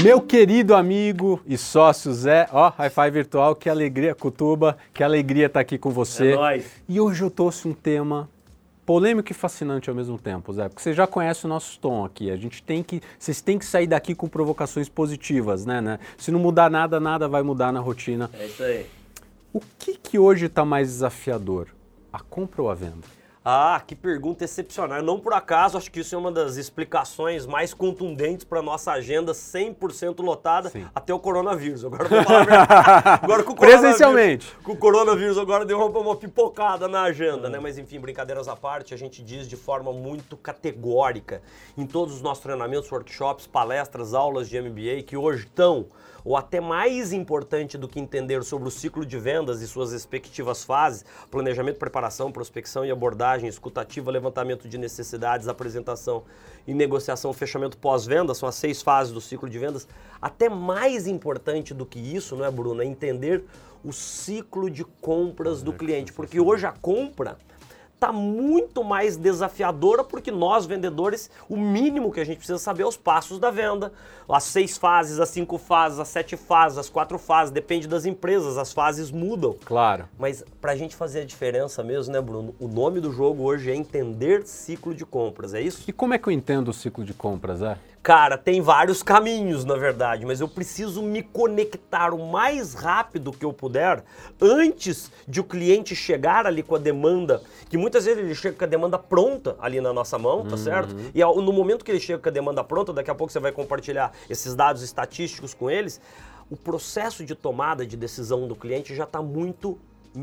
Meu querido amigo e sócio Zé, ó, high five virtual, que alegria, Cutuba, que alegria estar aqui com você. É nóis. E hoje eu trouxe um tema polêmico e fascinante ao mesmo tempo, Zé, porque você já conhece o nosso tom aqui. Vocês têm que sair daqui com provocações positivas, né? Se não mudar nada, nada vai mudar na rotina. É isso aí. O que hoje está mais desafiador? A compra ou a venda? Ah, que pergunta excepcional. Não por acaso, acho que isso é uma das explicações mais contundentes para nossa agenda 100% lotada. Sim. Até o coronavírus. Agora vou falar a verdade. Agora com o Presencialmente. Com o coronavírus agora deu uma pipocada na agenda, né? Mas enfim, brincadeiras à parte, a gente diz de forma muito categórica em todos os nossos treinamentos, workshops, palestras, aulas de MBA que hoje estão, ou até mais importante do que entender sobre o ciclo de vendas e suas respectivas fases, planejamento, preparação, prospecção e abordagem, escutativa, levantamento de necessidades, apresentação e negociação, fechamento pós-venda, são as 6 fases do ciclo de vendas. Até mais importante do que isso, não é, Bruno? É entender o ciclo de compras do cliente, porque hoje a compra está muito mais desafiadora porque nós, vendedores, o mínimo que a gente precisa saber é os passos da venda. As 6 fases, as 5 fases, as 7 fases, as 4 fases, depende das empresas, as fases mudam. Claro. Mas para a gente fazer a diferença mesmo, né, Bruno? O nome do jogo hoje é entender ciclo de compras, é isso? E como é que eu entendo o ciclo de compras, Zé? Cara, tem vários caminhos, na verdade, mas eu preciso me conectar o mais rápido que eu puder antes de o cliente chegar ali com a demanda, que muitas vezes ele chega com a demanda pronta ali na nossa mão, tá certo? E no momento que ele chega com a demanda pronta, daqui a pouco você vai compartilhar esses dados estatísticos com eles, o processo de tomada de decisão do cliente já está muito,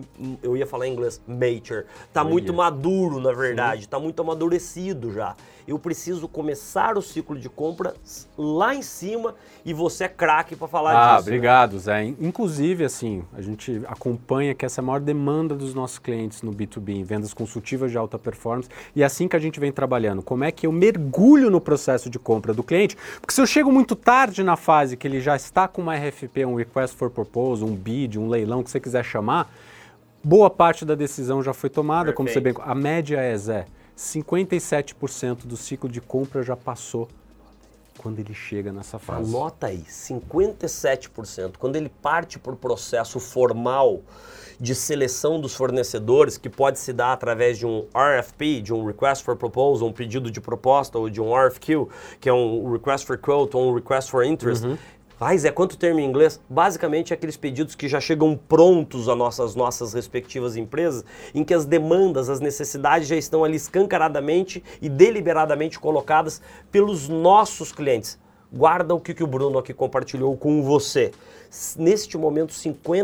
eu ia falar em inglês, mature, tá muito maduro, na verdade, tá muito amadurecido já. Eu preciso começar o ciclo de compra lá em cima e você é craque para falar disso. Obrigado, Zé. Inclusive, assim, a gente acompanha que essa é a maior demanda dos nossos clientes no B2B, em vendas consultivas de alta performance, e é assim que a gente vem trabalhando. Como é que eu mergulho no processo de compra do cliente? Porque se eu chego muito tarde na fase que ele já está com uma RFP, um Request for Proposal, um bid, um leilão, que você quiser chamar, boa parte da decisão já foi tomada, como você bem... A média é, Zé, 57% do ciclo de compra já passou quando ele chega nessa fase. Anota aí, 57%. Quando ele parte para o processo formal de seleção dos fornecedores, que pode se dar através de um RFP, de um Request for Proposal, um pedido de proposta, ou de um RFQ, que é um Request for Quote, ou um Request for Interest. Mas quanto termo em inglês? Basicamente aqueles pedidos que já chegam prontos às nossas respectivas empresas, em que as demandas, as necessidades já estão ali escancaradamente e deliberadamente colocadas pelos nossos clientes. Guarda o que o Bruno aqui compartilhou com você. Neste momento,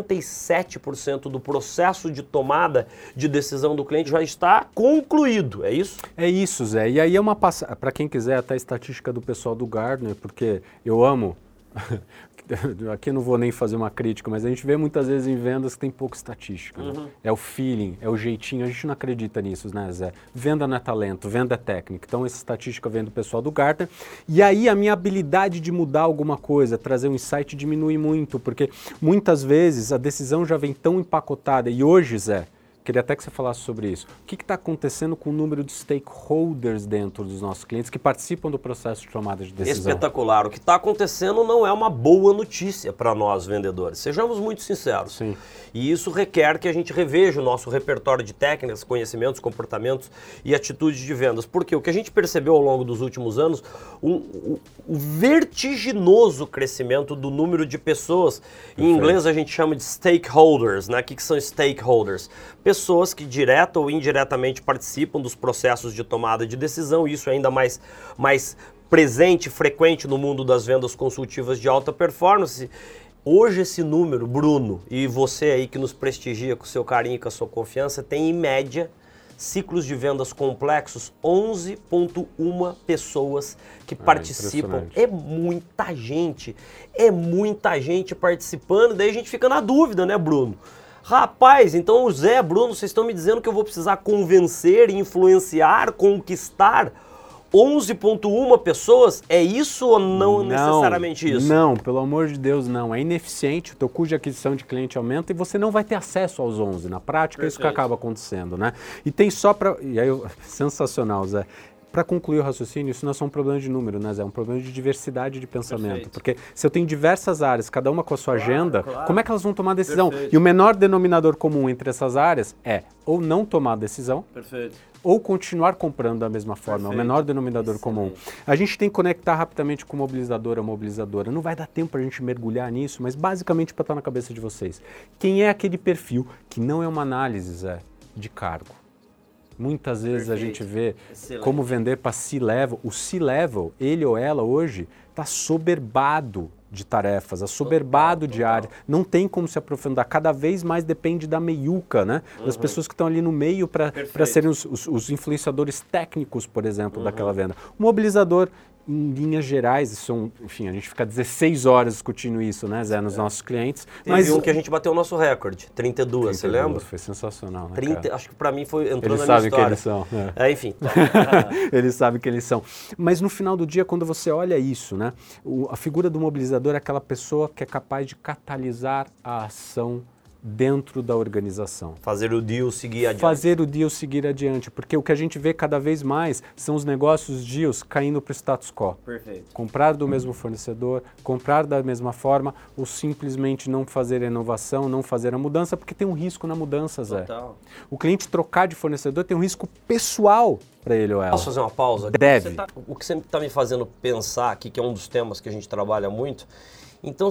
57% do processo de tomada de decisão do cliente já está concluído, é isso? É isso, Zé. E aí é uma passagem, para quem quiser, até a estatística do pessoal do Gartner, porque eu amo... Aqui eu não vou nem fazer uma crítica, mas a gente vê muitas vezes em vendas que tem pouca estatística. Né? É o feeling, é o jeitinho, a gente não acredita nisso, né, Zé? Venda não é talento, venda é técnica. Então essa estatística vem do pessoal do Gartner. E aí a minha habilidade de mudar alguma coisa, trazer um insight diminui muito, porque muitas vezes a decisão já vem tão empacotada. E hoje, Zé, queria até que você falasse sobre isso. O que está acontecendo com o número de stakeholders dentro dos nossos clientes que participam do processo de tomada de decisão? Espetacular. O que está acontecendo não é uma boa notícia para nós vendedores. Sejamos muito sinceros. Sim. E isso requer que a gente reveja o nosso repertório de técnicas, conhecimentos, comportamentos e atitudes de vendas. Porque o que a gente percebeu ao longo dos últimos anos, o vertiginoso crescimento do número de pessoas, em inglês a gente chama de stakeholders, né? O que são stakeholders? Pessoas que direta ou indiretamente participam dos processos de tomada de decisão, isso é ainda mais presente, frequente no mundo das vendas consultivas de alta performance. Hoje esse número, Bruno, e você aí que nos prestigia com o seu carinho e com a sua confiança, tem em média ciclos de vendas complexos, 11,1 pessoas que participam. É muita gente participando, daí a gente fica na dúvida, né, Bruno? Rapaz, então o Zé, Bruno, vocês estão me dizendo que eu vou precisar convencer, influenciar, conquistar 11,1 pessoas? É isso ou não necessariamente isso? Não, pelo amor de Deus, não. É ineficiente, o teu custo de aquisição de cliente aumenta e você não vai ter acesso aos 11. Na prática, é isso que acaba acontecendo, né? E tem só para... E aí, sensacional, Zé. para concluir o raciocínio, isso não é só um problema de número, né, Zé? É um problema de diversidade de pensamento. Perfeito. Porque se eu tenho diversas áreas, cada uma com a sua agenda, como é que elas vão tomar decisão? Perfeito. E o menor denominador comum entre essas áreas é ou não tomar decisão, ou continuar comprando da mesma forma, é o menor denominador comum. A gente tem que conectar rapidamente com mobilizadora a mobilizadora. Não vai dar tempo para a gente mergulhar nisso, mas basicamente para estar na cabeça de vocês. Quem é aquele perfil que não é uma análise, Zé, de cargo? Muitas vezes a gente vê como vender para C-Level. O C-Level, ele ou ela hoje, está soberbado de tarefas, assoberbado de áreas, não tem como se aprofundar, cada vez mais depende da meiuca, né? Das pessoas que estão ali no meio para serem os influenciadores técnicos, por exemplo, daquela venda. O mobilizador, em linhas gerais, enfim, a gente fica 16 horas discutindo isso, né, Zé, nos nossos clientes. Mas um que a gente bateu o nosso recorde, 32, você lembra? Foi sensacional, né, 30, acho que para mim entrou na minha história. Eles sabem que eles são. Enfim. Eles sabem que eles são. Mas no final do dia, quando você olha isso, né, a figura do mobilizador é aquela pessoa que é capaz de catalisar a ação dentro da organização. Fazer o deal seguir adiante. Fazer o deal seguir adiante, porque o que a gente vê cada vez mais são os negócios deals caindo para o status quo. Perfeito. Comprar do mesmo fornecedor, comprar da mesma forma, ou simplesmente não fazer a inovação, não fazer a mudança, porque tem um risco na mudança, Zé. Total. O cliente trocar de fornecedor tem um risco pessoal para ele ou ela. Posso fazer uma pausa? Deve. O que você está me fazendo pensar aqui, que é um dos temas que a gente trabalha muito, então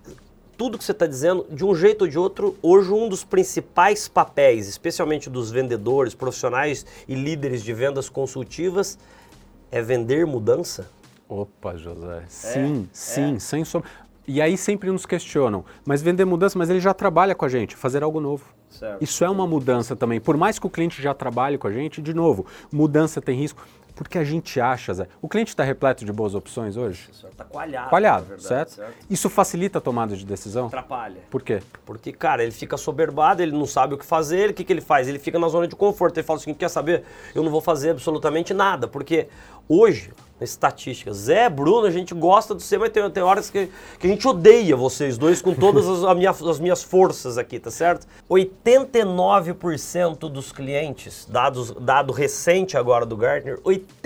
tudo que você está dizendo, de um jeito ou de outro, hoje um dos principais papéis, especialmente dos vendedores, profissionais e líderes de vendas consultivas, é vender mudança? Opa, José. Sim, sem sombra. E aí sempre nos questionam, mas vender mudança, mas ele já trabalha com a gente, fazer algo novo. Certo. Isso é uma mudança também. Por mais que o cliente já trabalhe com a gente, de novo, mudança tem risco. Porque a gente acha, Zé, o cliente está repleto de boas opções hoje? Está coalhado. Coalhado, na verdade, certo? Isso facilita a tomada de decisão? Atrapalha. Por quê? Porque, cara, ele fica soberbado, ele não sabe o que fazer, o que ele faz? Ele fica na zona de conforto, ele fala assim, quer saber? Eu não vou fazer absolutamente nada, porque hoje, estatísticas, Zé, Bruno, a gente gosta do você, mas tem horas que a gente odeia vocês dois com todas as minhas forças aqui, tá certo? 89% dos clientes, dado recente agora do Gartner,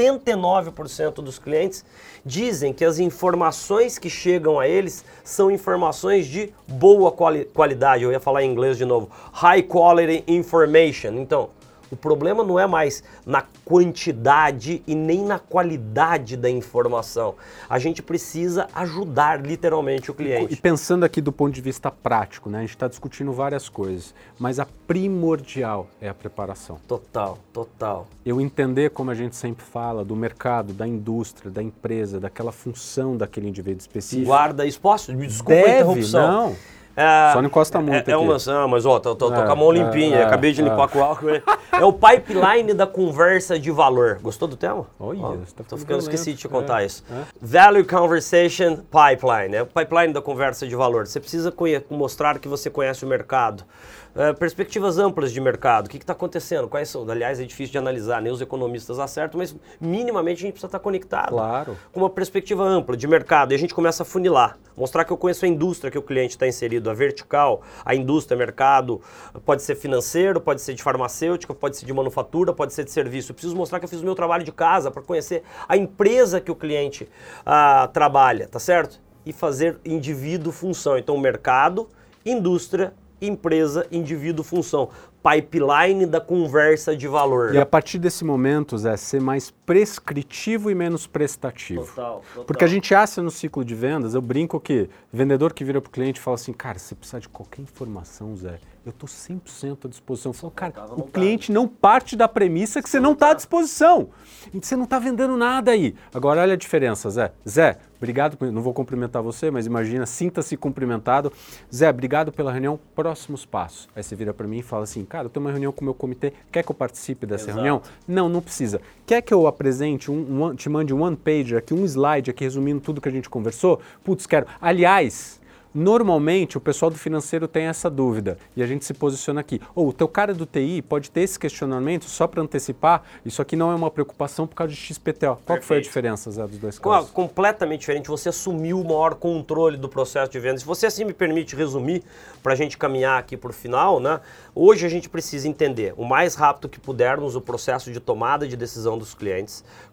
89% dos clientes dizem que as informações que chegam a eles são informações de boa qualidade. Eu ia falar em inglês de novo. High quality information. Então, o problema não é mais na quantidade e nem na qualidade da informação. A gente precisa ajudar literalmente o cliente. E pensando aqui do ponto de vista prático, né? A gente está discutindo várias coisas, mas a primordial é a preparação. Total, total. Eu entender, como a gente sempre fala, do mercado, da indústria, da empresa, daquela função daquele indivíduo específico. Guarda isso. Posso? Desculpa a interrupção. Não. Só não encosta muito aqui. Mas ó, tô com a mão limpinha, acabei de limpar com o álcool. É o pipeline da conversa de valor. Gostou do tema? Esqueci de te contar isso. Value Conversation Pipeline, é o pipeline da conversa de valor. Você precisa mostrar que você conhece o mercado. Perspectivas amplas de mercado, o que está acontecendo, quais são, aliás é difícil de analisar, nem os economistas acertam, mas minimamente a gente precisa estar conectado, claro, com uma perspectiva ampla de mercado, e a gente começa a funilar, mostrar que eu conheço a indústria que o cliente está inserido, a vertical, a indústria, mercado, pode ser financeiro, pode ser de farmacêutica, pode ser de manufatura, pode ser de serviço, eu preciso mostrar que eu fiz o meu trabalho de casa para conhecer a empresa que o cliente trabalha, tá certo? E fazer indivíduo-função, então mercado, indústria, empresa, indivíduo, função. Pipeline da conversa de valor. E a partir desse momento, Zé, ser mais prescritivo e menos prestativo. Total. Porque a gente acha no ciclo de vendas, eu brinco que vendedor que vira para o cliente e fala assim, cara, se precisar de qualquer informação, Zé, eu estou 100% à disposição. Eu falo, cara, o cliente não parte da premissa que você não está à disposição. Você não está vendendo nada aí. Agora, olha a diferença, Zé. Zé, obrigado, não vou cumprimentar você, mas imagina, sinta-se cumprimentado. Zé, obrigado pela reunião, próximos passos. Aí você vira para mim e fala assim, cara, eu tenho uma reunião com o meu comitê, quer que eu participe dessa reunião? Não precisa. Quer que eu apresente, te mande um one-pager aqui, um slide aqui resumindo tudo que a gente conversou? Putz, quero. Aliás, normalmente o pessoal do financeiro tem essa dúvida e a gente se posiciona aqui. O teu cara do TI pode ter esse questionamento só para antecipar, isso aqui não é uma preocupação por causa de XPTO. Qual que foi a diferença, Zé, dos dois casos? Completamente diferente, você assumiu o maior controle do processo de venda. Se você assim me permite resumir, para a gente caminhar aqui para o final, né? Hoje a gente precisa entender o mais rápido que pudermos o processo de tomada de decisão dos clientes,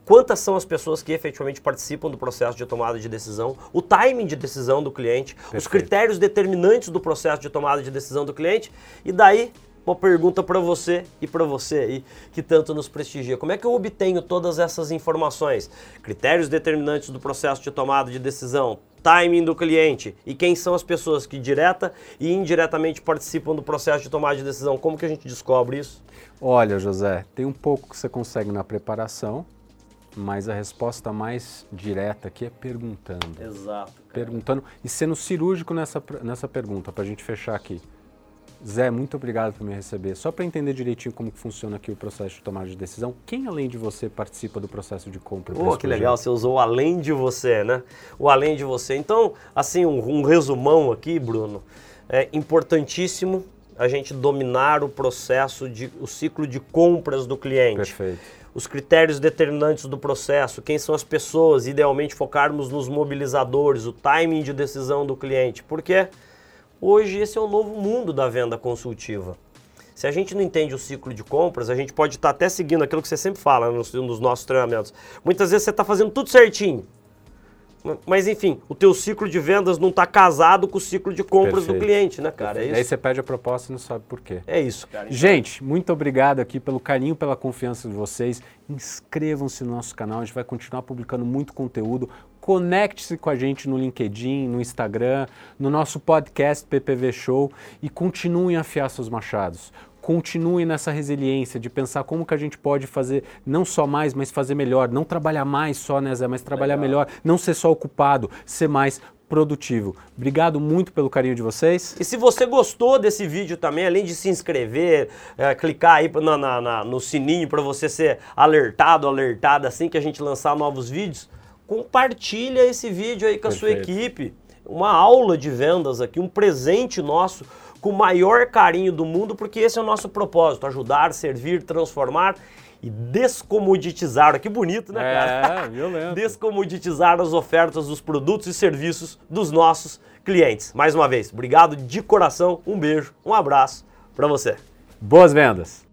quantas são as pessoas que efetivamente participam do processo de tomada de decisão, o timing de decisão do cliente, os critérios determinantes do processo de tomada de decisão do cliente, e daí uma pergunta para você e para você aí que tanto nos prestigia. Como é que eu obtenho todas essas informações? Critérios determinantes do processo de tomada de decisão, timing do cliente e quem são as pessoas que direta e indiretamente participam do processo de tomada de decisão. Como que a gente descobre isso? Olha, José, tem um pouco que você consegue na preparação, mas a resposta mais direta aqui é perguntando. Exato. Cara. Perguntando e sendo cirúrgico nessa pergunta, para a gente fechar aqui. Zé, muito obrigado por me receber. Só para entender direitinho como que funciona aqui o processo de tomada de decisão, quem além de você participa do processo de compra? Oh, que legal, você usou o além de você, né? O além de você. Então, assim, um resumão aqui, Bruno. É importantíssimo a gente dominar o processo, o ciclo de compras do cliente. Perfeito. Os critérios determinantes do processo, quem são as pessoas, idealmente focarmos nos mobilizadores, o timing de decisão do cliente. Por quê? Hoje esse é o novo mundo da venda consultiva. Se a gente não entende o ciclo de compras, a gente pode estar até seguindo aquilo que você sempre fala nos nossos treinamentos. Muitas vezes você está fazendo tudo certinho, mas enfim, o teu ciclo de vendas não está casado com o ciclo de compras do cliente, né, cara? É isso. Aí você pede a proposta e não sabe por quê. É isso, cara. Gente, muito obrigado aqui pelo carinho, pela confiança de vocês. Inscrevam-se no nosso canal, a gente vai continuar publicando muito conteúdo. Conecte-se com a gente no LinkedIn, no Instagram, no nosso podcast PPV Show e continuem a afiar seus machados. Continuem nessa resiliência de pensar como que a gente pode fazer não só mais, mas fazer melhor. Não trabalhar mais só, né, Zé, mas trabalhar melhor. Não ser só ocupado, ser mais produtivo. Obrigado muito pelo carinho de vocês. E se você gostou desse vídeo também, além de se inscrever, clicar aí no sininho para você ser alertada assim que a gente lançar novos vídeos, compartilha esse vídeo aí com a sua equipe. Uma aula de vendas aqui, um presente nosso com o maior carinho do mundo, porque esse é o nosso propósito, ajudar, servir, transformar e descomoditizar. Que bonito, né, cara? É, violento. Descomoditizar as ofertas dos produtos e serviços dos nossos clientes. Mais uma vez, obrigado de coração, um beijo, um abraço para você. Boas vendas!